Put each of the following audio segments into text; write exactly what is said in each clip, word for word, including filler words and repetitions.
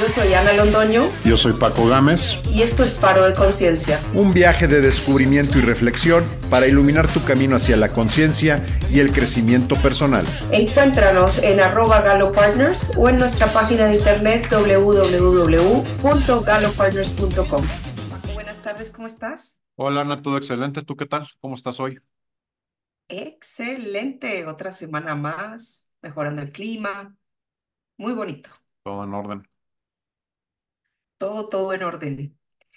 Yo soy Ana Londoño Yo soy Paco Gámez. y esto es Faro de Conciencia. Un viaje de descubrimiento y reflexión para iluminar tu camino hacia la conciencia y el crecimiento personal. Encuéntranos en arroba galopartners o en nuestra página de internet doble u doble u doble u punto galopartners punto com. Buenas tardes, ¿cómo estás? Hola Ana, todo excelente. ¿Tú qué tal? ¿Cómo estás hoy? Excelente, otra semana más, mejorando el clima, muy bonito, Todo en orden. todo, todo en orden.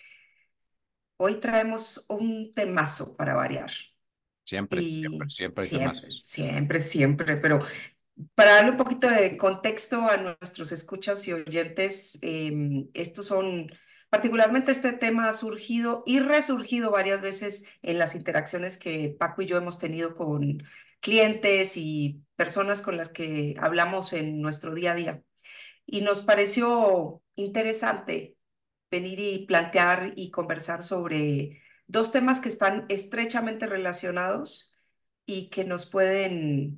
Hoy traemos un temazo para variar Siempre, siempre, y siempre hay siempre, temas. siempre, siempre, pero para darle un poquito de contexto a nuestros escuchas y oyentes, eh, estos son, particularmente este tema ha surgido y resurgido varias veces en las interacciones que Paco y yo hemos tenido con clientes y personas con las que hablamos en nuestro día a día. Y nos pareció interesante venir y plantear y conversar sobre dos temas que están estrechamente relacionados y que nos pueden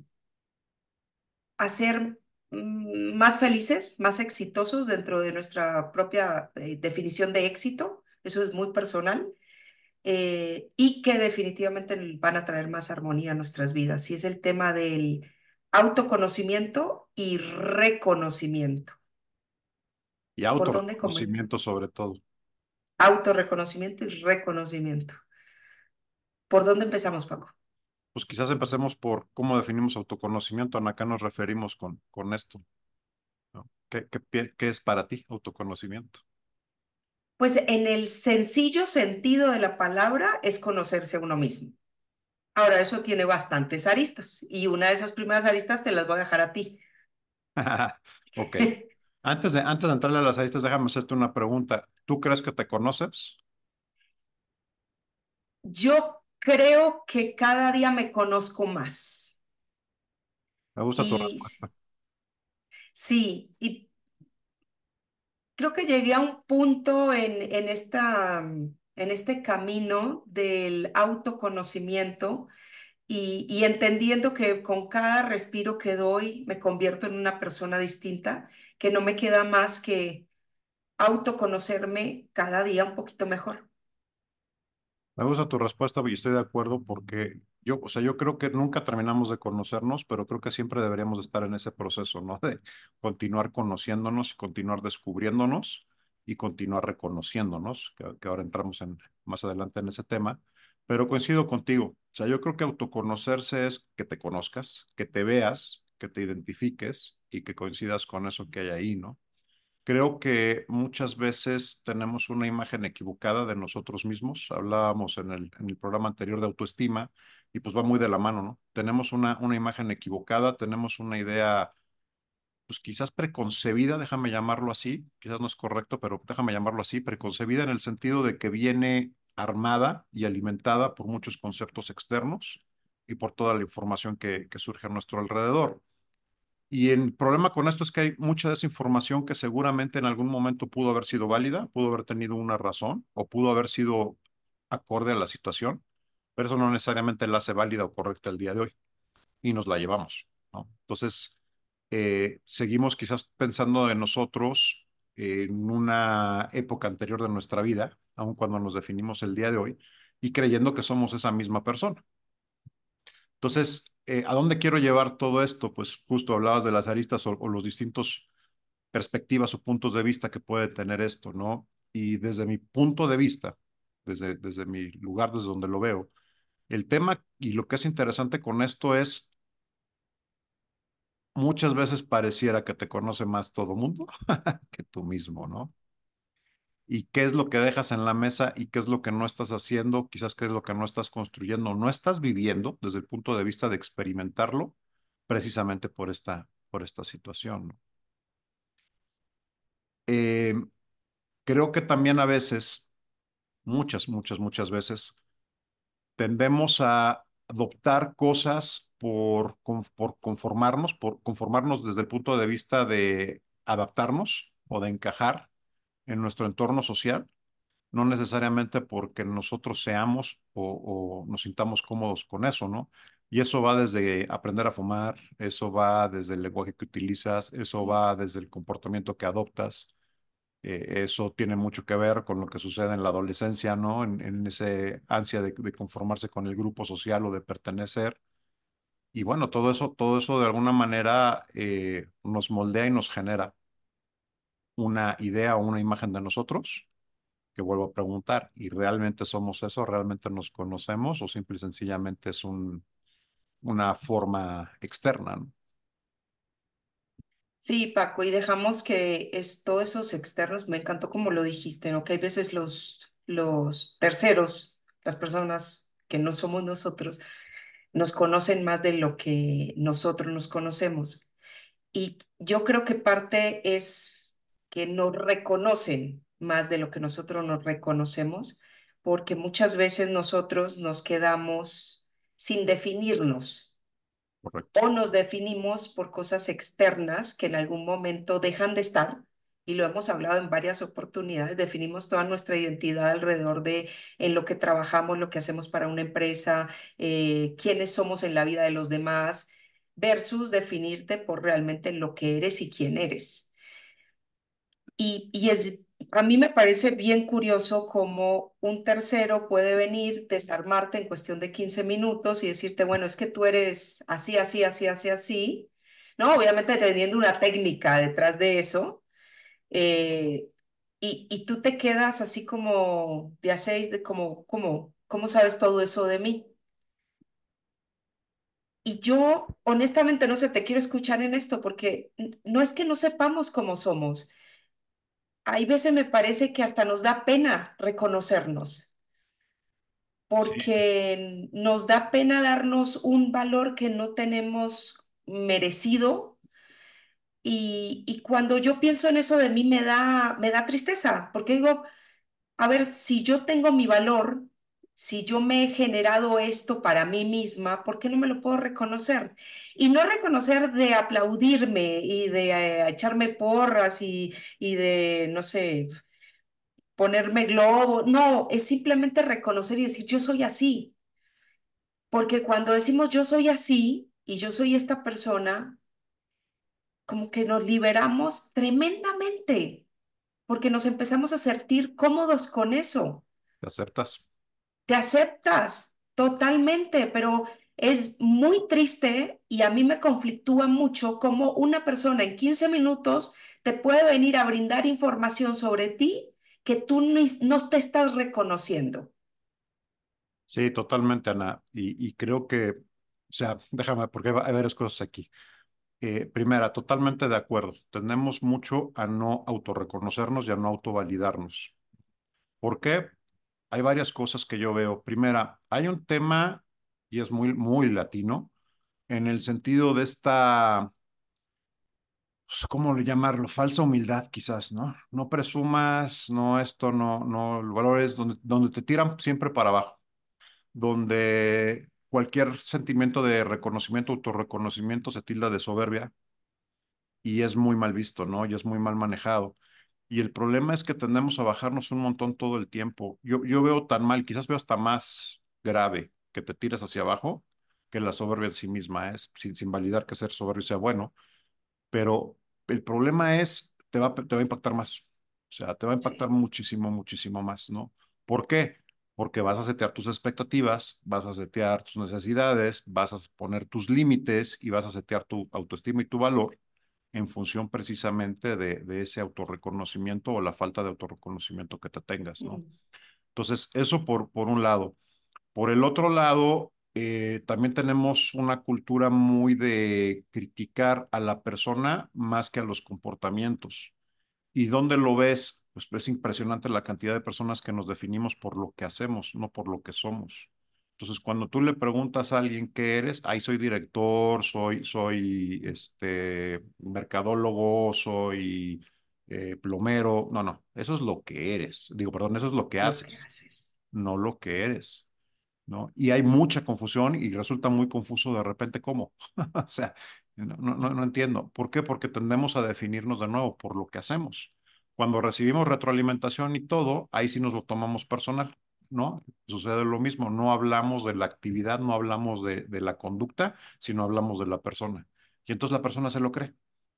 hacer mm, más felices, más exitosos dentro de nuestra propia eh, definición de éxito. Eso es muy personal. Eh, y que definitivamente van a traer más armonía a nuestras vidas. Y es el tema del autoconocimiento y reconocimiento. Y ¿Por dónde comer? autorreconocimiento sobre todo. Autorreconocimiento y reconocimiento. ¿Por dónde empezamos, Paco? Pues quizás empecemos por cómo definimos autoconocimiento. Ana, ¿a qué nos referimos con, con esto? ¿No? ¿Qué, qué, pi- qué es para ti autoconocimiento? Pues en el sencillo sentido de la palabra es conocerse a uno mismo. Ahora, eso tiene bastantes aristas y una de esas primeras aristas te las voy a dejar a ti. Ok. Antes de, antes de entrarle a las aristas, déjame hacerte una pregunta. ¿Tú crees que te conoces? Yo creo que cada día me conozco más Me gusta tu y respuesta. sí, y creo que llegué a un punto en, en esta, en este camino del autoconocimiento y, y entendiendo que con cada respiro que doy me convierto en una persona distinta, que no me queda más que autoconocerme cada día un poquito mejor. Me gusta tu respuesta y estoy de acuerdo porque yo, o sea, yo creo que nunca terminamos de conocernos, pero creo que siempre deberíamos de estar en ese proceso, ¿no? De continuar conociéndonos, continuar descubriéndonos y continuar reconociéndonos, que, que ahora entramos en, más adelante en ese tema, pero coincido contigo. O sea, yo creo que autoconocerse es que te conozcas, que te veas, que te identifiques y que coincidas con eso que hay ahí, ¿no? Creo que muchas veces tenemos una imagen equivocada de nosotros mismos. Hablábamos en el, en el programa anterior de autoestima y pues va muy de la mano, ¿no? Tenemos una, una imagen equivocada, tenemos una idea, pues quizás preconcebida, déjame llamarlo así, quizás no es correcto, pero déjame llamarlo así, preconcebida en el sentido de que viene armada y alimentada por muchos conceptos externos y por toda la información que, que surge a nuestro alrededor. Y el problema con esto es que hay mucha desinformación que seguramente en algún momento pudo haber sido válida, pudo haber tenido una razón o pudo haber sido acorde a la situación, pero eso no necesariamente la hace válida o correcta el día de hoy y nos la llevamos, ¿no? Entonces, eh, seguimos quizás pensando de nosotros en una época anterior de nuestra vida, aun cuando nos definimos el día de hoy, y creyendo que somos esa misma persona. Entonces, eh, ¿a dónde quiero llevar todo esto? Pues justo hablabas de las aristas o, o los distintos perspectivas o puntos de vista que puede tener esto, ¿no? Y desde mi punto de vista, desde, desde mi lugar, desde donde lo veo, el tema y lo que es interesante con esto es, muchas veces pareciera que te conoce más todo mundo que tú mismo, ¿no? Y qué es lo que dejas en la mesa y qué es lo que no estás haciendo, quizás qué es lo que no estás construyendo, no estás viviendo desde el punto de vista de experimentarlo, precisamente por esta, por esta situación, ¿no? Eh, Creo que también a veces, muchas, muchas, muchas veces, tendemos a adoptar cosas por, con- por conformarnos, por conformarnos desde el punto de vista de adaptarnos o de encajar en nuestro entorno social, no necesariamente porque nosotros seamos o, o nos sintamos cómodos con eso, ¿no? Y eso va desde aprender a fumar, eso va desde el lenguaje que utilizas, eso va desde el comportamiento que adoptas. Eh, eso tiene mucho que ver con lo que sucede en la adolescencia, ¿no? En, en ese ansia de, de conformarse con el grupo social o de pertenecer. Y bueno, todo eso, todo eso de alguna manera eh, nos moldea y nos genera una idea o una imagen de nosotros, que vuelvo a preguntar, ¿y realmente somos eso? ¿Realmente nos conocemos? ¿O simple y sencillamente es un, una forma externa, ¿no? Sí, Paco, y dejamos que es, todos esos externos, me encantó como lo dijiste, ¿no? Que hay veces los, los terceros, las personas que no somos nosotros, nos conocen más de lo que nosotros nos conocemos. Y yo creo que parte es que nos reconocen más de lo que nosotros nos reconocemos, porque muchas veces nosotros nos quedamos sin definirnos Correcto. o nos definimos por cosas externas que en algún momento dejan de estar. Y lo hemos hablado en varias oportunidades, definimos toda nuestra identidad alrededor de en lo que trabajamos, lo que hacemos para una empresa, eh, quiénes somos en la vida de los demás, versus definirte por realmente lo que eres y quién eres. Y, y es, a mí me parece bien curioso cómo un tercero puede venir, desarmarte en cuestión de quince minutos y decirte, bueno, es que tú eres así, así, así, así, así, ¿no? Obviamente teniendo una técnica detrás de eso. eh, y, y tú te quedas así como de a seis, de como, como, ¿cómo sabes todo eso de mí? Y yo, honestamente, no sé, te quiero escuchar en esto porque n- no es que no sepamos cómo somos. Hay veces me parece que hasta nos da pena reconocernos, Sí, porque nos da pena darnos un valor que no tenemos merecido. Y, y cuando yo pienso en eso de mí me da, me da tristeza, porque digo, a ver, si yo tengo mi valor, si yo me he generado esto para mí misma, ¿por qué no me lo puedo reconocer? Y no reconocer de aplaudirme y de eh, echarme porras y, y de, no sé, ponerme globo. No, es simplemente reconocer y decir, yo soy así. Porque cuando decimos yo soy así y yo soy esta persona, como que nos liberamos tremendamente, porque nos empezamos a sentir cómodos con eso. te aceptas. Te aceptas totalmente, pero es muy triste y a mí me conflictúa mucho cómo una persona en quince minutos te puede venir a brindar información sobre ti que tú ni- no te estás reconociendo. Sí, totalmente, Ana. Y, y creo que, o sea, déjame, porque hay va- hay varias cosas aquí. Eh, primera, totalmente de acuerdo. Tendemos mucho a no autorreconocernos y a no autovalidarnos. ¿Por qué? Hay varias cosas que yo veo. Primera, hay un tema, y es muy, muy latino, en el sentido de esta, pues, ¿cómo le llamarlo? Falsa humildad, quizás, ¿no? No presumas, no esto, no, no, el valor es donde, donde te tiran siempre para abajo, donde cualquier sentimiento de reconocimiento, autorreconocimiento se tilda de soberbia y es muy mal visto, ¿no? Y es muy mal manejado. Y el problema es que tendemos a bajarnos un montón todo el tiempo. Yo, yo veo tan mal, quizás veo hasta más grave que te tires hacia abajo que la soberbia en sí misma es, sin, sin validar que ser soberbio sea bueno, pero el problema es, te va, te va a impactar más. O sea, te va a impactar Sí. muchísimo, muchísimo más, ¿no? ¿Por qué? Porque vas a setear tus expectativas, vas a setear tus necesidades, vas a poner tus límites y vas a setear tu autoestima y tu valor en función precisamente de, de ese autorreconocimiento o la falta de autorreconocimiento que te tengas, ¿no? Mm. Entonces, eso por, por un lado. Por el otro lado, eh, también tenemos una cultura muy de criticar a la persona más que a los comportamientos. ¿Y dónde lo ves? Pues es impresionante la cantidad de personas que nos definimos por lo que hacemos, no por lo que somos. Entonces, cuando tú le preguntas a alguien qué eres, ay, soy director, soy, soy este, mercadólogo, soy eh, plomero. No, no, eso es lo que eres. Digo, perdón, eso es lo que Lo que haces, haces. no lo que eres. ¿No? Y hay mucha confusión y resulta muy confuso de repente cómo. O sea, no, no, no no entiendo. ¿Por qué? Porque tendemos a definirnos de nuevo por lo que hacemos. Cuando recibimos retroalimentación y todo, ahí sí nos lo tomamos personal, ¿no? Sucede lo mismo, no hablamos de la actividad, no hablamos de, de la conducta, sino hablamos de la persona. Y entonces la persona se lo cree.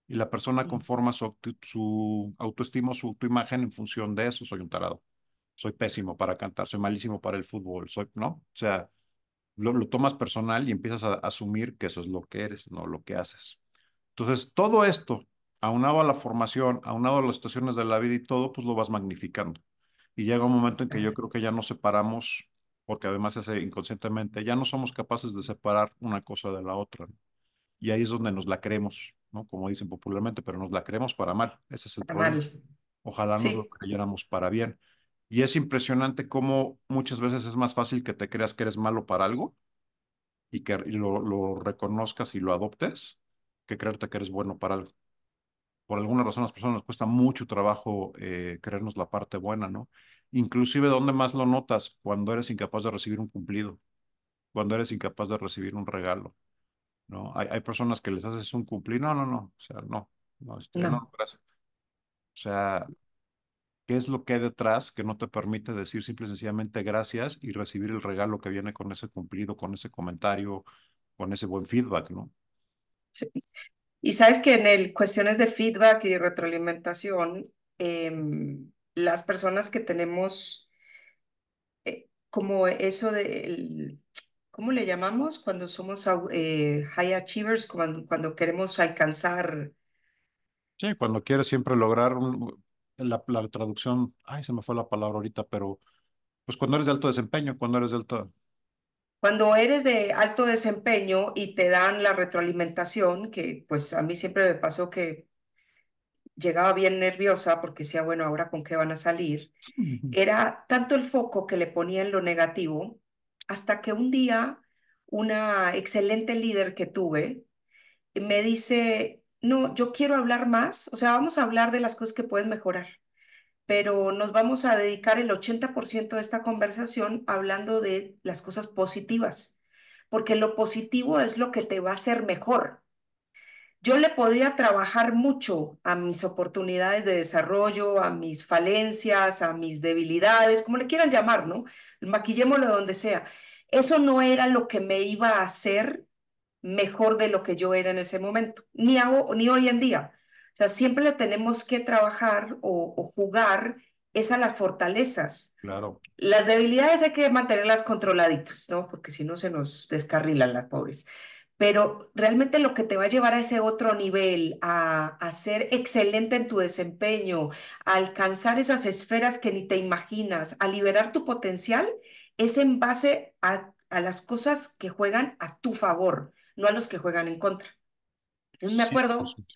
Y la persona Mm. conforma su, auto- su autoestima, su autoimagen en función de eso. Soy un tarado, soy pésimo para cantar, soy malísimo para el fútbol, soy, ¿no? O sea, lo, lo tomas personal y empiezas a asumir que eso es lo que eres, no lo que haces. Entonces, todo esto, aunado a la formación, aunado a las situaciones de la vida y todo, pues lo vas magnificando. Y llega un momento en que yo creo que ya nos separamos, porque además se hace inconscientemente, ya no somos capaces de separar una cosa de la otra, ¿no? Y ahí es donde nos la creemos, ¿no? Como dicen popularmente, pero nos la creemos para mal. Ese es el Está problema. mal. Ojalá nos lo Sí, creyéramos para bien. Y es impresionante cómo muchas veces es más fácil que te creas que eres malo para algo y que y lo, lo reconozcas y lo adoptes que creerte que eres bueno para algo. Por alguna razón a las personas nos cuesta mucho trabajo eh, creernos la parte buena, ¿no? Inclusive, ¿dónde más lo notas? Cuando eres incapaz de recibir un cumplido, cuando eres incapaz de recibir un regalo, ¿no? Hay, hay personas que les haces un cumplido, no, no, no, o sea, no, no, este, no. no, gracias. O sea, ¿qué es lo que hay detrás que no te permite decir simple y sencillamente gracias y recibir el regalo que viene con ese cumplido, con ese comentario, con ese buen feedback, ¿no? Sí. Y sabes que en el cuestiones de feedback y de retroalimentación, em, las personas que tenemos eh, como eso de, el- ¿cómo le llamamos? Cuando somos au- eh, high achievers, cuando, cuando queremos alcanzar, Sí, cuando quieres siempre lograr un- la, la traducción, ay, se me fue la palabra ahorita, pero pues cuando eres de alto desempeño, cuando eres de alto, cuando eres de alto desempeño y te dan la retroalimentación, que pues a mí siempre me pasó que llegaba bien nerviosa porque decía, bueno, ahora con qué van a salir. Ujú. Era tanto el foco que le ponía en lo negativo, hasta que un día una excelente líder que tuve me dice, no, yo quiero hablar más, o sea, vamos a hablar de las cosas que pueden mejorar, pero nos vamos a dedicar el ochenta por ciento de esta conversación hablando de las cosas positivas, porque lo positivo es lo que te va a hacer mejor. Yo le podría trabajar mucho a mis oportunidades de desarrollo, a mis falencias, a mis debilidades, como le quieran llamar, ¿no? Maquillémoslo donde sea. Eso no era lo que me iba a hacer mejor de lo que yo era en ese momento, ni, a- ni hoy en día. O sea, siempre le tenemos que trabajar o, o jugar es a las fortalezas. Claro, Las debilidades hay que mantenerlas controladitas, ¿no? Porque si no se nos descarrilan las pobres. Pero realmente lo que te va a llevar a ese otro nivel, a, a ser excelente en tu desempeño, a alcanzar esas esferas que ni te imaginas, a liberar tu potencial, es en base a, a las cosas que juegan a tu favor, no a los que juegan en contra. Entonces me sí, pues, acuerdo,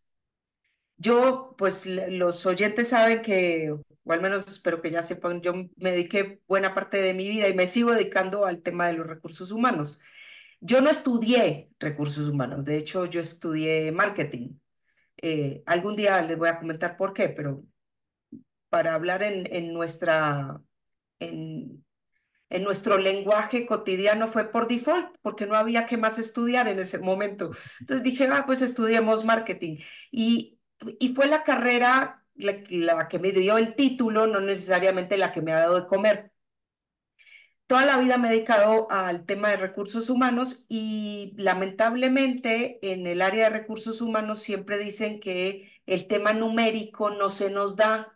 yo, pues l- los oyentes saben que, o al menos espero que ya sepan, yo me dediqué buena parte de mi vida y me sigo dedicando al tema de los recursos humanos. Yo no estudié recursos humanos, de hecho yo estudié marketing. Eh, algún día les voy a comentar por qué, pero para hablar en, en nuestra, en, en nuestro lenguaje cotidiano fue por default, porque no había que más estudiar en ese momento. Entonces dije, ah, pues estudiemos marketing. Y, y fue la carrera la, la que me dio el título, no necesariamente la que me ha dado de comer. Toda la vida me he dedicado al tema de recursos humanos y lamentablemente en el área de recursos humanos siempre dicen que el tema numérico no se nos da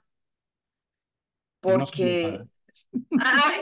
y no se nos da. porque... ¡Ay!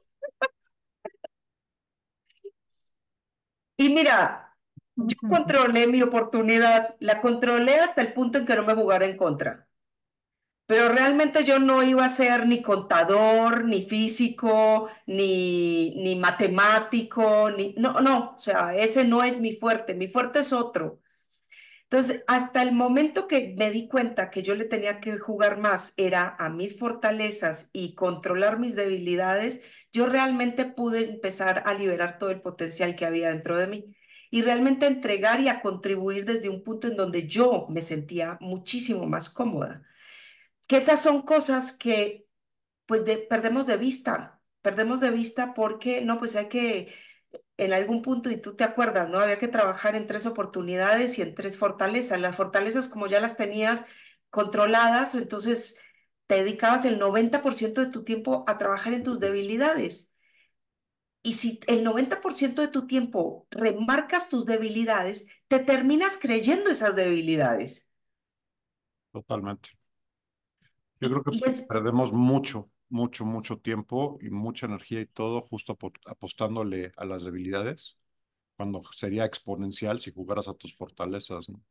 Y mira, yo controlé mi oportunidad, la controlé hasta el punto en que no me jugara en contra. Pero realmente yo no iba a ser ni contador, ni físico, ni, ni matemático, ni... No, no, o sea, ese no es mi fuerte, mi fuerte es otro. Entonces, hasta el momento que me di cuenta que yo le tenía que jugar más era a mis fortalezas y controlar mis debilidades, yo realmente pude empezar a liberar todo el potencial que había dentro de mí y realmente entregar y a contribuir desde un punto en donde yo me sentía muchísimo más cómoda. Que esas son cosas que pues de, perdemos de vista, perdemos de vista porque no, pues hay que en algún punto, y tú te acuerdas, ¿no? Había que trabajar en tres oportunidades y en tres fortalezas. Las fortalezas, como ya las tenías controladas, entonces te dedicabas el noventa por ciento de tu tiempo a trabajar en tus debilidades. Y si el noventa por ciento de tu tiempo remarcas tus debilidades, te terminas creyendo esas debilidades. Totalmente. Yo creo que Y es, perdemos mucho, mucho, mucho tiempo y mucha energía y todo justo apo- apostándole a las debilidades, cuando sería exponencial si jugaras a tus fortalezas, ¿no?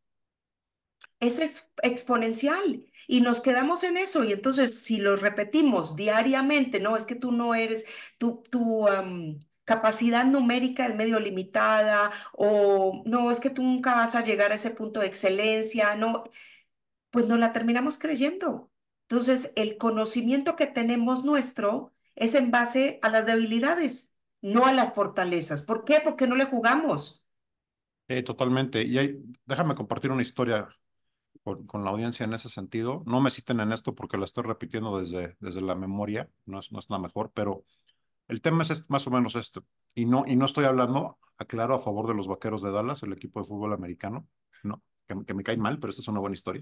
es ex- exponencial y nos quedamos en eso. Y entonces, si lo repetimos diariamente, no, es que tú no eres, tu, tu am, capacidad numérica es medio limitada, o no, es que tú nunca vas a llegar a ese punto de excelencia, no, pues nos la terminamos creyendo. Entonces, el conocimiento que tenemos nuestro es en base a las debilidades, no a las fortalezas. ¿Por qué? Porque no le jugamos. Eh, totalmente. Y hay, déjame compartir una historia con, con la audiencia en ese sentido. No me citen en esto porque la estoy repitiendo desde, desde la memoria, no es, no es la mejor, pero el tema es est- más o menos esto. Y no, y no estoy hablando, aclaro, a favor de los Vaqueros de Dallas, el equipo de fútbol americano, no, que, que me cae mal, pero esta es una buena historia.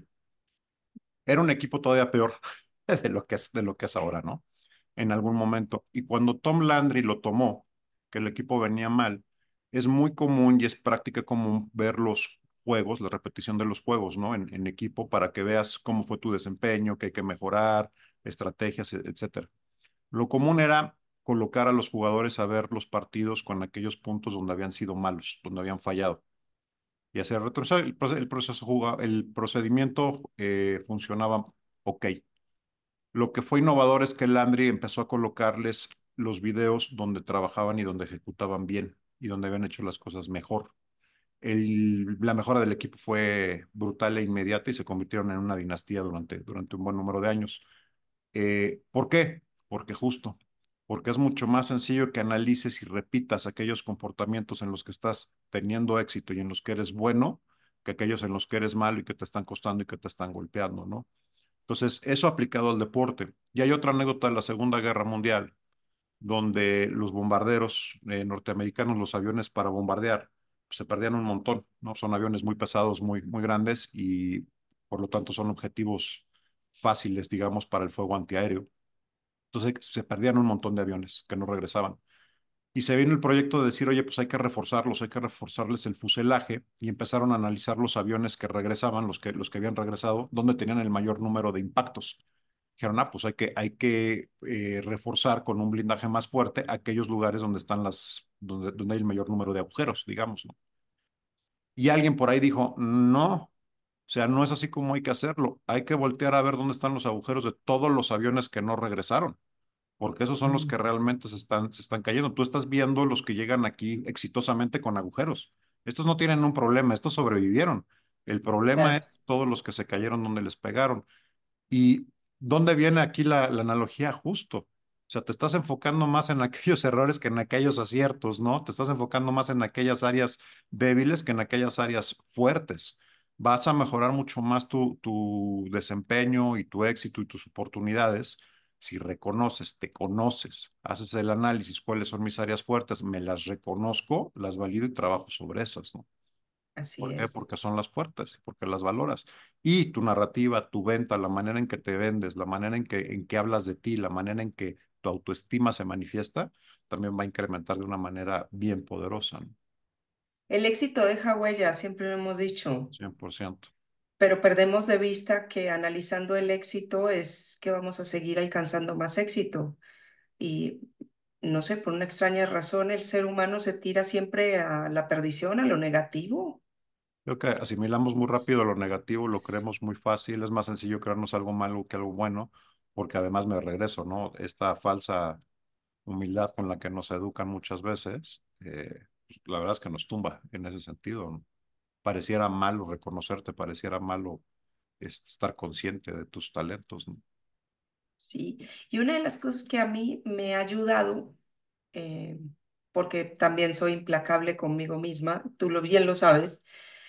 Era un equipo todavía peor de lo que es, de lo que es ahora, ¿no? En algún momento. Y cuando Tom Landry lo tomó, que el equipo venía mal, es muy común y es práctica común ver los juegos, la repetición de los juegos, ¿no? En, en equipo para que veas cómo fue tu desempeño, qué hay que mejorar, estrategias, e- etcétera. Lo común era colocar a los jugadores a ver los partidos con aquellos puntos donde habían sido malos, donde habían fallado y hacer retroceder. El, proce- el proceso juga- el procedimiento eh, funcionaba ok. Lo que fue innovador es que Landry empezó a colocarles los videos donde trabajaban y donde ejecutaban bien y donde habían hecho las cosas mejor. El- la mejora del equipo fue brutal e inmediata y se convirtieron en una dinastía durante, durante un buen número de años. Eh, ¿por qué? Porque justo, porque es mucho más sencillo que analices y repitas aquellos comportamientos en los que estás teniendo éxito y en los que eres bueno, que aquellos en los que eres malo y que te están costando y que te están golpeando, ¿no? Entonces, eso aplicado al deporte. Y hay otra anécdota de la Segunda Guerra Mundial, donde los bombarderos eh, norteamericanos, los aviones para bombardear, pues, se perdían un montón, ¿no? Son aviones muy pesados, muy, muy grandes y por lo tanto son objetivos fáciles, digamos, para el fuego antiaéreo. Entonces se perdían un montón de aviones que no regresaban. Y se vino el proyecto de decir, oye, pues hay que reforzarlos, hay que reforzarles el fuselaje y empezaron a analizar los aviones que regresaban, los que, los que habían regresado, dónde tenían el mayor número de impactos. Dijeron, ah, pues hay que, hay que eh, reforzar con un blindaje más fuerte aquellos lugares donde están las, donde, donde hay el mayor número de agujeros, digamos, ¿no? Y alguien por ahí dijo, no, o sea, no es así como hay que hacerlo. Hay que voltear a ver dónde están los agujeros de todos los aviones que no regresaron, porque esos son los Mm. que realmente se están, se están cayendo. Tú estás viendo los que llegan aquí exitosamente con agujeros. Estos no tienen un problema, estos sobrevivieron. El problema Claro. es todos los que se cayeron donde les pegaron. ¿Y dónde viene aquí la, la analogía justo? O sea, te estás enfocando más en aquellos errores que en aquellos aciertos, ¿no? Te estás enfocando más en aquellas áreas débiles que en aquellas áreas fuertes. Vas a mejorar mucho más tu, tu desempeño y tu éxito y tus oportunidades si reconoces, te conoces, haces el análisis, cuáles son mis áreas fuertes, me las reconozco, las valido y trabajo sobre esas, ¿no? Así ¿Por qué? es. Porque son las fuertes, porque las valoras. Y tu narrativa, tu venta, la manera en que te vendes, la manera en que, en que hablas de ti, la manera en que tu autoestima se manifiesta, también va a incrementar de una manera bien poderosa, ¿no? El éxito deja huella, siempre lo hemos dicho, Cien por ciento. pero perdemos de vista que analizando el éxito es que vamos a seguir alcanzando más éxito. Y no sé, por una extraña razón, el ser humano se tira siempre a la perdición, a lo negativo. Creo que asimilamos muy rápido lo negativo, lo creemos muy fácil, es más sencillo creernos algo malo que algo bueno, porque además me regreso, ¿no? Esta falsa humildad con la que nos educan muchas veces, eh, pues, la verdad es que nos tumba en ese sentido, ¿no? Pareciera malo reconocerte, pareciera malo este, estar consciente de tus talentos, ¿no? Sí, y una de las cosas que a mí me ha ayudado, eh, porque también soy implacable conmigo misma, tú lo bien lo sabes,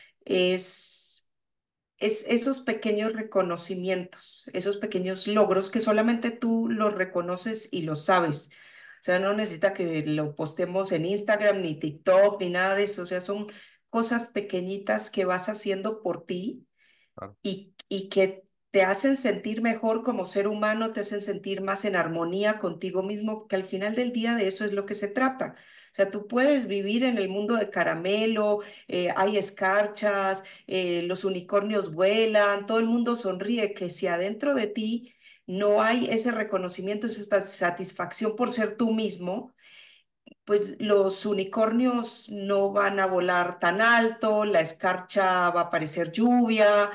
es, es esos pequeños reconocimientos, esos pequeños logros que solamente tú los reconoces y los sabes. O sea, no necesita que lo postemos en Instagram, ni TikTok, ni nada de eso. O sea, son cosas pequeñitas que vas haciendo por ti Claro. y, y que te hacen sentir mejor como ser humano, te hacen sentir más en armonía contigo mismo, que al final del día de eso es lo que se trata. O sea, tú puedes vivir en el mundo de caramelo, eh, hay escarchas, eh, los unicornios vuelan, todo el mundo sonríe, que si adentro de ti no hay ese reconocimiento, esa satisfacción por ser tú mismo, pues los unicornios no van a volar tan alto, la escarcha va a parecer lluvia,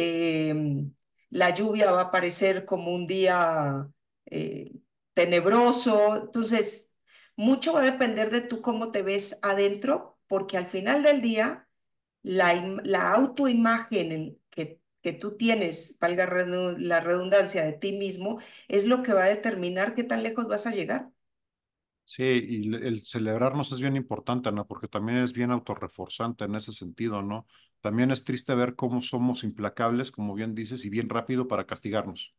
eh, la lluvia va a parecer como un día eh, tenebroso. Entonces, mucho va a depender de tú cómo te ves adentro, porque al final del día, la, im- la autoimagen en- que, que tú tienes, valga redu- la redundancia de ti mismo, es lo que va a determinar qué tan lejos vas a llegar. Sí, y le- el celebrarnos es bien importante, ¿no? Porque también es bien autorreforzante en ese sentido, ¿no? También es triste ver cómo somos implacables, como bien dices, y bien rápido para castigarnos.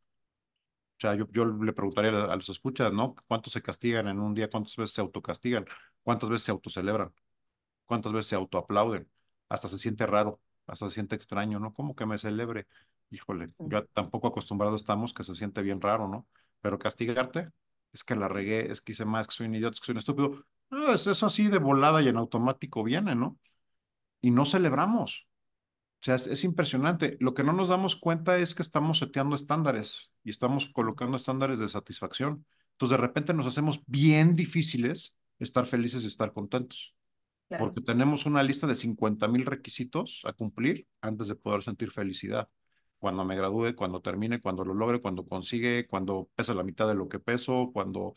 O sea, yo, yo le preguntaría a, a los escuchas, ¿no? ¿Cuántos se castigan en un día? ¿Cuántas veces se autocastigan? ¿Cuántas veces se autocelebran? ¿Cuántas veces se autoaplauden? Hasta se siente raro, hasta se siente extraño, ¿no? ¿Cómo que me celebre? Híjole, ya tampoco acostumbrados estamos que se siente bien raro, ¿no? Pero castigarte, es que la regué, es que hice más, que soy un idiota, es que soy un estúpido. No, es eso así de volada y en automático viene, ¿no? Y no celebramos. O sea, es, es impresionante. Lo que no nos damos cuenta es que estamos seteando estándares y estamos colocando estándares de satisfacción. Entonces, de repente nos hacemos bien difíciles estar felices y estar contentos Claro. porque tenemos una lista de cincuenta mil requisitos a cumplir antes de poder sentir felicidad. Cuando me gradúe, cuando termine, cuando lo logre, cuando consigue, cuando pesa la mitad de lo que peso, cuando,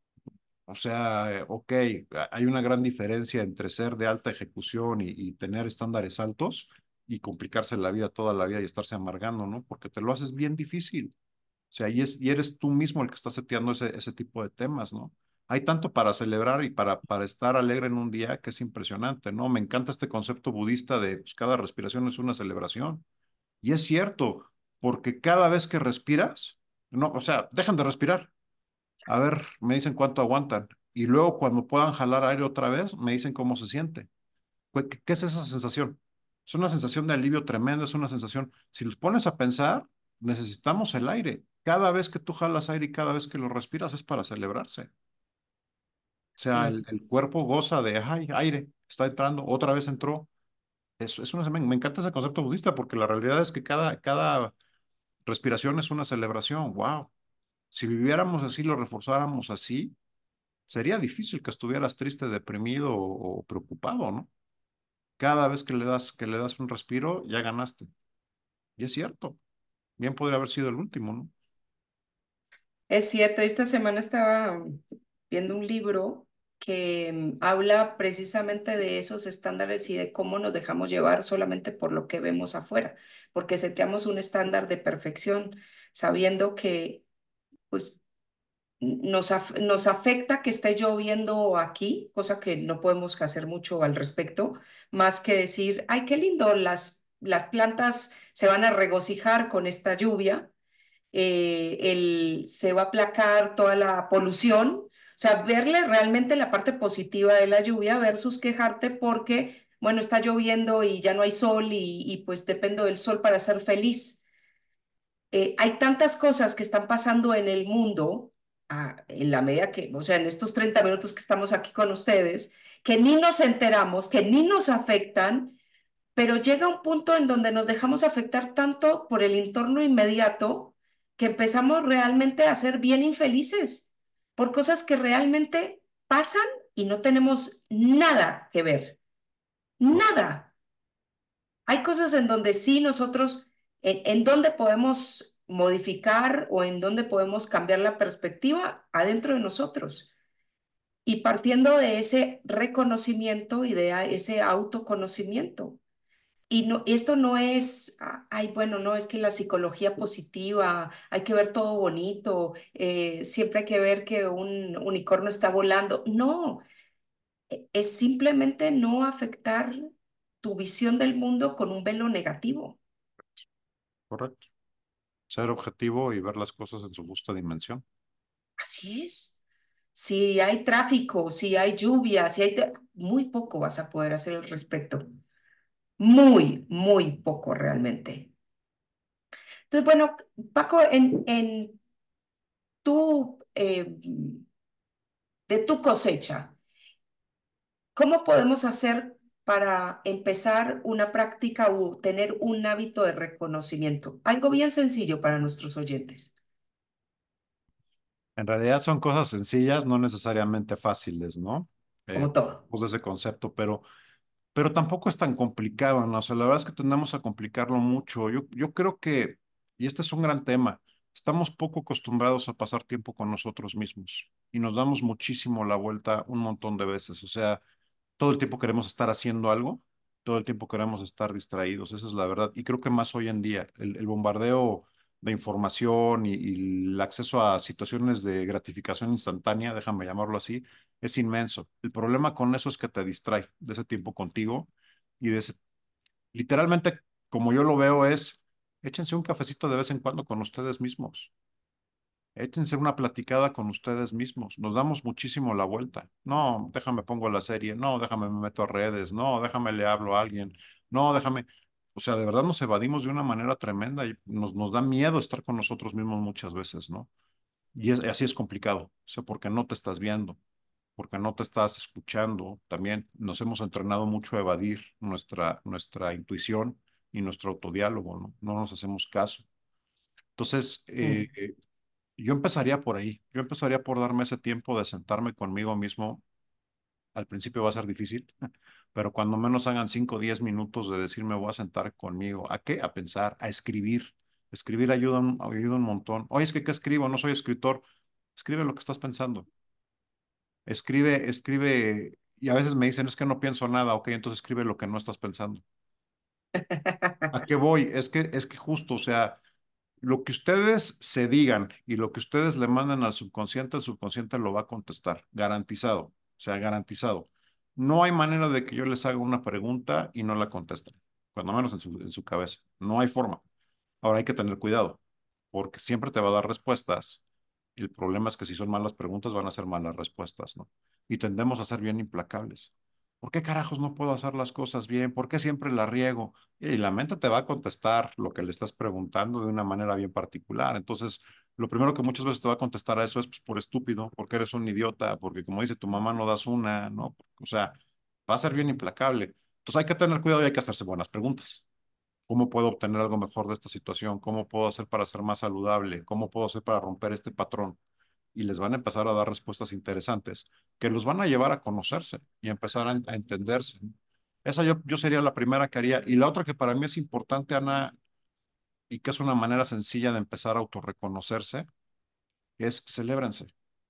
o sea, eh, ok, hay una gran diferencia entre ser de alta ejecución y, y tener estándares altos y complicarse la vida toda la vida y estarse amargando, ¿no? Porque te lo haces bien difícil. O sea, y, es, y eres tú mismo el que está seteando ese, ese tipo de temas, ¿no? Hay tanto para celebrar y para, para estar alegre en un día que es impresionante, ¿no? Me encanta este concepto budista de pues, cada respiración es una celebración. Y es cierto, porque cada vez que respiras, no, o sea, dejan de respirar. A ver, me dicen cuánto aguantan. Y luego cuando puedan jalar aire otra vez, me dicen cómo se siente. ¿Qué, qué es esa sensación? Es una sensación de alivio tremendo, es una sensación, si los pones a pensar, necesitamos el aire. Cada vez que tú jalas aire y cada vez que lo respiras es para celebrarse. O Así sea, el, es. el cuerpo goza de, ay, aire, está entrando, otra vez entró. Es, es una, me, me encanta ese concepto budista porque la realidad es que cada, cada respiración es una celebración. Wow. Si viviéramos así, lo reforzáramos así, sería difícil que estuvieras triste, deprimido o, o preocupado, ¿no? Cada vez que le das, que le das un respiro, ya ganaste. Y es cierto, bien podría haber sido el último, ¿no? Es cierto, esta semana estaba mm, viendo un libro que mm, habla precisamente de esos estándares y de cómo nos dejamos llevar solamente por lo que vemos afuera, porque seteamos un estándar de perfección sabiendo que pues nos, af- nos afecta que esté lloviendo aquí, cosa que no podemos hacer mucho al respecto, más que decir, ay, qué lindo, las, las plantas se van a regocijar con esta lluvia, eh, el, se va a aplacar toda la polución, o sea, verle realmente la parte positiva de la lluvia versus quejarte porque, bueno, está lloviendo y ya no hay sol y, y pues dependo del sol para ser feliz. Eh, hay tantas cosas que están pasando en el mundo, ah, en la medida que, o sea, en estos treinta minutos que estamos aquí con ustedes, que ni nos enteramos, que ni nos afectan, pero llega un punto en donde nos dejamos afectar tanto por el entorno inmediato que empezamos realmente a ser bien infelices por cosas que realmente pasan y no tenemos nada que ver, nada. Hay cosas en donde sí nosotros, en, en donde podemos modificar o en donde podemos cambiar la perspectiva adentro de nosotros. Y partiendo de ese reconocimiento y de a- ese autoconocimiento. Y no, esto no es, ah, ay, bueno, no, es que la psicología positiva, hay que ver todo bonito, eh, siempre hay que ver que un unicornio está volando. No, e- es simplemente no afectar tu visión del mundo con un velo negativo. Correcto. Ser objetivo y ver las cosas en su justa dimensión. Así es. Si hay tráfico, si hay lluvia, si hay... te- muy poco vas a poder hacer al respecto. Muy, muy poco realmente. Entonces, bueno, Paco, en, en tu, eh, de tu cosecha, ¿Cómo podemos hacer para empezar una práctica o tener un hábito de reconocimiento? Algo bien sencillo para nuestros oyentes, En realidad son cosas sencillas, no necesariamente fáciles, ¿no? Eh, como todo. pues ese concepto, pero, pero tampoco es tan complicado, ¿no? O sea, la verdad es que tendemos a complicarlo mucho. Yo, yo creo que, y este es un gran tema, estamos poco acostumbrados a pasar tiempo con nosotros mismos y nos damos muchísimo la vuelta un montón de veces. O sea, todo el tiempo queremos estar haciendo algo, todo el tiempo queremos estar distraídos, esa es la verdad. Y creo que más hoy en día, el, el bombardeo de información y, y el acceso a situaciones de gratificación instantánea, déjame llamarlo así, es inmenso. El problema con eso es que te distrae de ese tiempo contigo y de ese, literalmente, como yo lo veo, es, échense un cafecito de vez en cuando con ustedes mismos. Échense una platicada con ustedes mismos. Nos damos muchísimo la vuelta. No, déjame pongo la serie. No, déjame me meto a redes. No, déjame le hablo a alguien. No, déjame. O sea, de verdad nos evadimos de una manera tremenda y nos, nos da miedo estar con nosotros mismos muchas veces, ¿no? Y es, así es complicado. O sea, porque no te estás viendo, porque no te estás escuchando. También nos hemos entrenado mucho a evadir nuestra, nuestra intuición y nuestro autodiálogo, ¿no? No nos hacemos caso. Entonces, eh, Mm. eh, yo empezaría por ahí. Yo empezaría por darme ese tiempo de sentarme conmigo mismo. Al principio va a ser difícil, pero cuando menos hagan cinco o diez minutos de decirme voy a sentar conmigo. ¿A qué? A pensar, a escribir. Escribir ayuda, un- ayuda un montón. Oye, es que ¿qué escribo? No soy escritor. Escribe lo que estás pensando. Escribe, escribe. Y a veces me dicen, es que no pienso nada. Ok, entonces escribe lo que no estás pensando. ¿A qué voy? Es que, es que justo, o sea, lo que ustedes se digan y lo que ustedes le manden al subconsciente, el subconsciente lo va a contestar, garantizado, o sea, garantizado. No hay manera de que yo les haga una pregunta y no la contesten, cuando menos en su, en su cabeza. No hay forma. Ahora hay que tener cuidado, porque siempre te va a dar respuestas. Y el problema es que si son malas preguntas, van a ser malas respuestas, ¿no? Y tendemos a ser bien implacables. ¿Por qué carajos no puedo hacer las cosas bien? ¿Por qué siempre la riego? Y la mente te va a contestar lo que le estás preguntando de una manera bien particular. Entonces, lo primero que muchas veces te va a contestar a eso es pues, por estúpido, porque eres un idiota, porque como dice tu mamá, no das una, ¿no? O sea, va a ser bien implacable. Entonces hay que tener cuidado y hay que hacerse buenas preguntas. ¿Cómo puedo obtener algo mejor de esta situación? ¿Cómo puedo hacer para ser más saludable? ¿Cómo puedo hacer para romper este patrón? Y les van a empezar a dar respuestas interesantes que los van a llevar a conocerse y a empezar a, a entenderse. Esa yo, yo sería la primera que haría. Y la otra que para mí es importante, Ana, y que es una manera sencilla de empezar a autorreconocerse, es celébrense.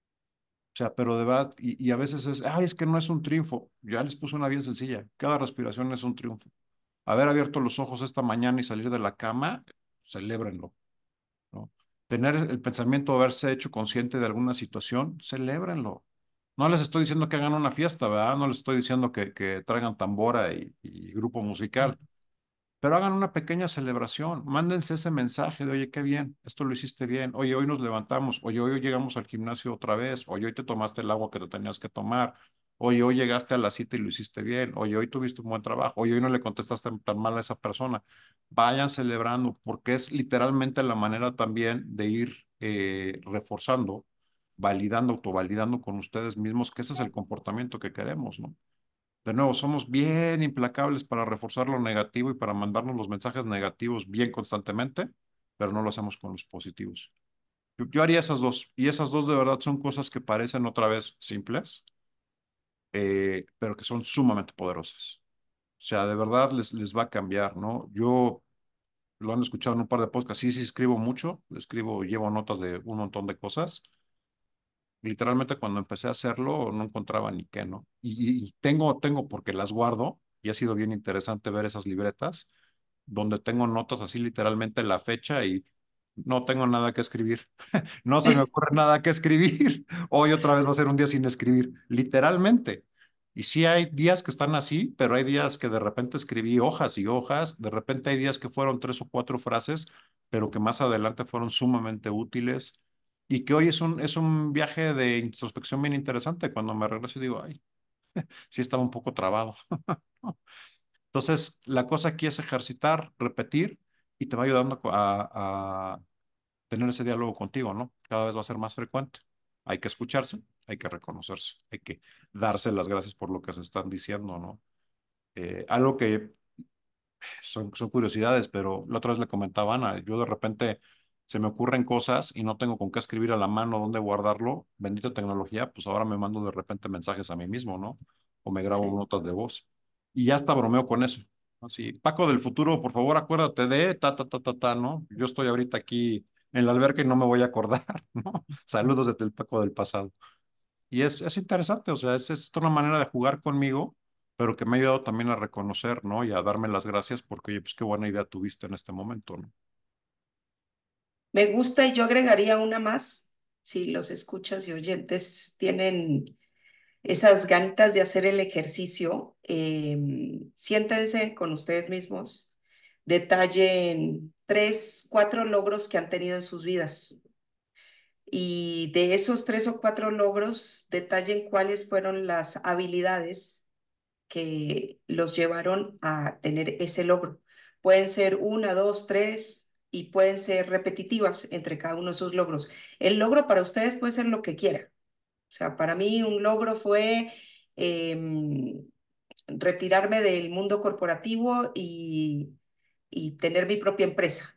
O sea, pero de verdad, y, y a veces es, ay, es que no es un triunfo. Ya les puse una bien sencilla. Cada respiración es un triunfo. Haber abierto los ojos esta mañana y salir de la cama, celébrenlo, ¿no? Tener el pensamiento de haberse hecho consciente de alguna situación, celébrenlo. No les estoy diciendo que hagan una fiesta, ¿verdad? No les estoy diciendo que, que traigan tambora y, y grupo musical, pero hagan una pequeña celebración, mándense ese mensaje de, oye, qué bien, esto lo hiciste bien, oye, hoy nos levantamos, oye, hoy llegamos al gimnasio otra vez, oye, hoy te tomaste el agua que te tenías que tomar, oye, hoy llegaste a la cita y lo hiciste bien, oye, hoy tuviste un buen trabajo, oye, hoy no le contestaste tan mal a esa persona. Vayan celebrando, porque es literalmente la manera también de ir eh, reforzando, validando, autovalidando con ustedes mismos, que ese es el comportamiento que queremos, ¿no? De nuevo, somos bien implacables para reforzar lo negativo y para mandarnos los mensajes negativos bien constantemente, pero no lo hacemos con los positivos. Yo, yo haría esas dos, y esas dos de verdad son cosas que parecen otra vez simples, eh, pero que son sumamente poderosas. O sea, de verdad les, les va a cambiar, ¿no? Yo lo han escuchado en un par de podcasts, sí, sí escribo mucho, escribo, llevo notas de un montón de cosas. Literalmente cuando empecé a hacerlo no encontraba ni qué, ¿no? Y, y tengo, tengo porque las guardo y ha sido bien interesante ver esas libretas donde tengo notas así literalmente la fecha y no tengo nada que escribir. No se me ocurre nada que escribir. Hoy otra vez va a ser un día sin escribir, literalmente. Y sí hay días que están así, pero hay días que de repente escribí hojas y hojas, de repente hay días que fueron tres o cuatro frases, pero que más adelante fueron sumamente útiles y que hoy es un, es un viaje de introspección bien interesante. Cuando me regreso digo, ay, sí estaba un poco trabado. Entonces, la cosa aquí es ejercitar, repetir y te va ayudando a, a tener ese diálogo contigo, ¿no? Cada vez va a ser más frecuente. hay que escucharse, hay que reconocerse, hay que darse las gracias por lo que se están diciendo, ¿no? Eh, algo que son, son curiosidades, pero la otra vez le comentaba a Ana, yo de repente se me ocurren cosas y no tengo con qué escribir a la mano dónde guardarlo. Bendita tecnología, pues ahora me mando de repente mensajes a mí mismo, ¿no? O me grabo Sí. notas de voz. Y ya hasta bromeo con eso. Así, Paco del futuro, por favor, acuérdate de ta, ta, ta, ta, ta, ¿no? Yo estoy ahorita aquí en la alberca y no me voy a acordar, ¿no? Saludos desde el Paco del pasado. Y es, es interesante, o sea, es, es una manera de jugar conmigo, pero que me ha ayudado también a reconocer, ¿no? Y a darme las gracias porque, oye, pues qué buena idea tuviste en este momento, ¿no? Me gusta y yo agregaría una más. Si los escuchas y oyentes tienen esas ganitas de hacer el ejercicio, em, siéntense con ustedes mismos, detallen tres, cuatro logros que han tenido en sus vidas. Y de esos tres o cuatro logros, detallen cuáles fueron las habilidades que los llevaron a tener ese logro. Pueden ser una, dos, tres y pueden ser repetitivas entre cada uno de esos logros. El logro para ustedes puede ser lo que quiera. O sea, para mí un logro fue em, retirarme del mundo corporativo y, y tener mi propia empresa.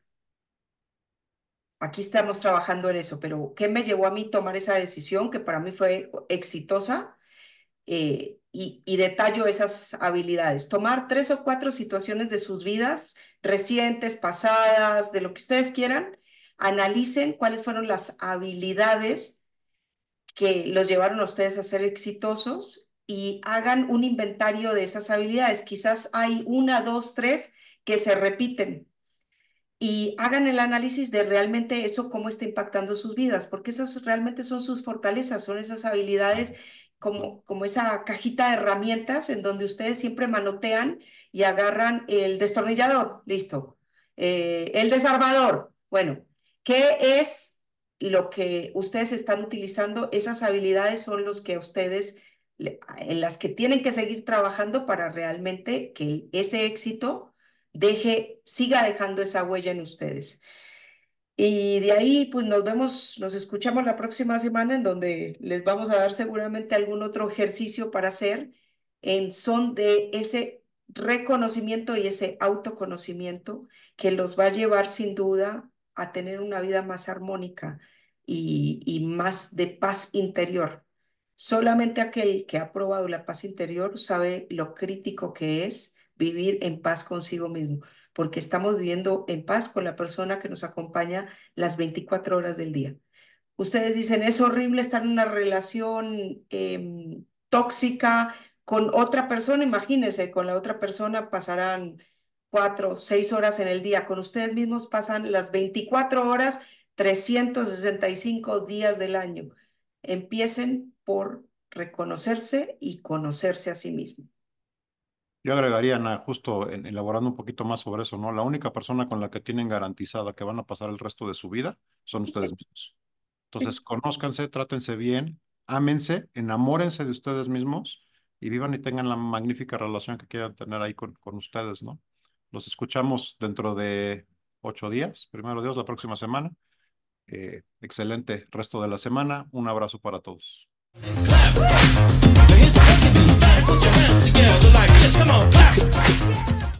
Aquí estamos trabajando en eso, pero ¿qué me llevó a mí tomar esa decisión que para mí fue exitosa? Eh, y, y detallo esas habilidades. Tomar tres o cuatro situaciones de sus vidas, recientes, pasadas, de lo que ustedes quieran, analicen cuáles fueron las habilidades que los llevaron a ustedes a ser exitosos y hagan un inventario de esas habilidades. Quizás hay una, dos, tres que se repiten y hagan el análisis de realmente eso, cómo está impactando sus vidas, porque esas realmente son sus fortalezas, son esas habilidades como, como esa cajita de herramientas en donde ustedes siempre manotean y agarran el destornillador, listo, eh, el desarmador, bueno, ¿qué es lo que ustedes están utilizando? Esas habilidades son los que ustedes, en las que tienen que seguir trabajando para realmente que ese éxito deje, siga dejando esa huella en ustedes. Y de ahí, pues nos vemos, nos escuchamos la próxima semana en donde les vamos a dar seguramente algún otro ejercicio para hacer en son de ese reconocimiento y ese autoconocimiento que los va a llevar sin duda a tener una vida más armónica y, y más de paz interior. Solamente aquel que ha probado la paz interior sabe lo crítico que es vivir en paz consigo mismo, porque estamos viviendo en paz con la persona que nos acompaña las veinticuatro horas del día. Ustedes dicen, es horrible estar en una relación eh, tóxica con otra persona. Imagínense, con la otra persona pasarán cuatro, seis horas en el día. Con ustedes mismos pasan las veinticuatro horas, trescientos sesenta y cinco días del año. Empiecen por reconocerse y conocerse a sí mismos. Yo agregaría, Ana, justo en- elaborando un poquito más sobre eso, ¿no? La única persona con la que tienen garantizada que van a pasar el resto de su vida son ustedes mismos. Entonces, conózcanse, trátense bien, ámense, enamórense de ustedes mismos y vivan y tengan la magnífica relación que quieran tener ahí con, con ustedes, ¿no? Los escuchamos dentro de ocho días, primero Dios, la próxima semana. Eh, excelente resto de la semana. Un abrazo para todos. Now here's a funky beat. Put your hands together like this. Come on, clap.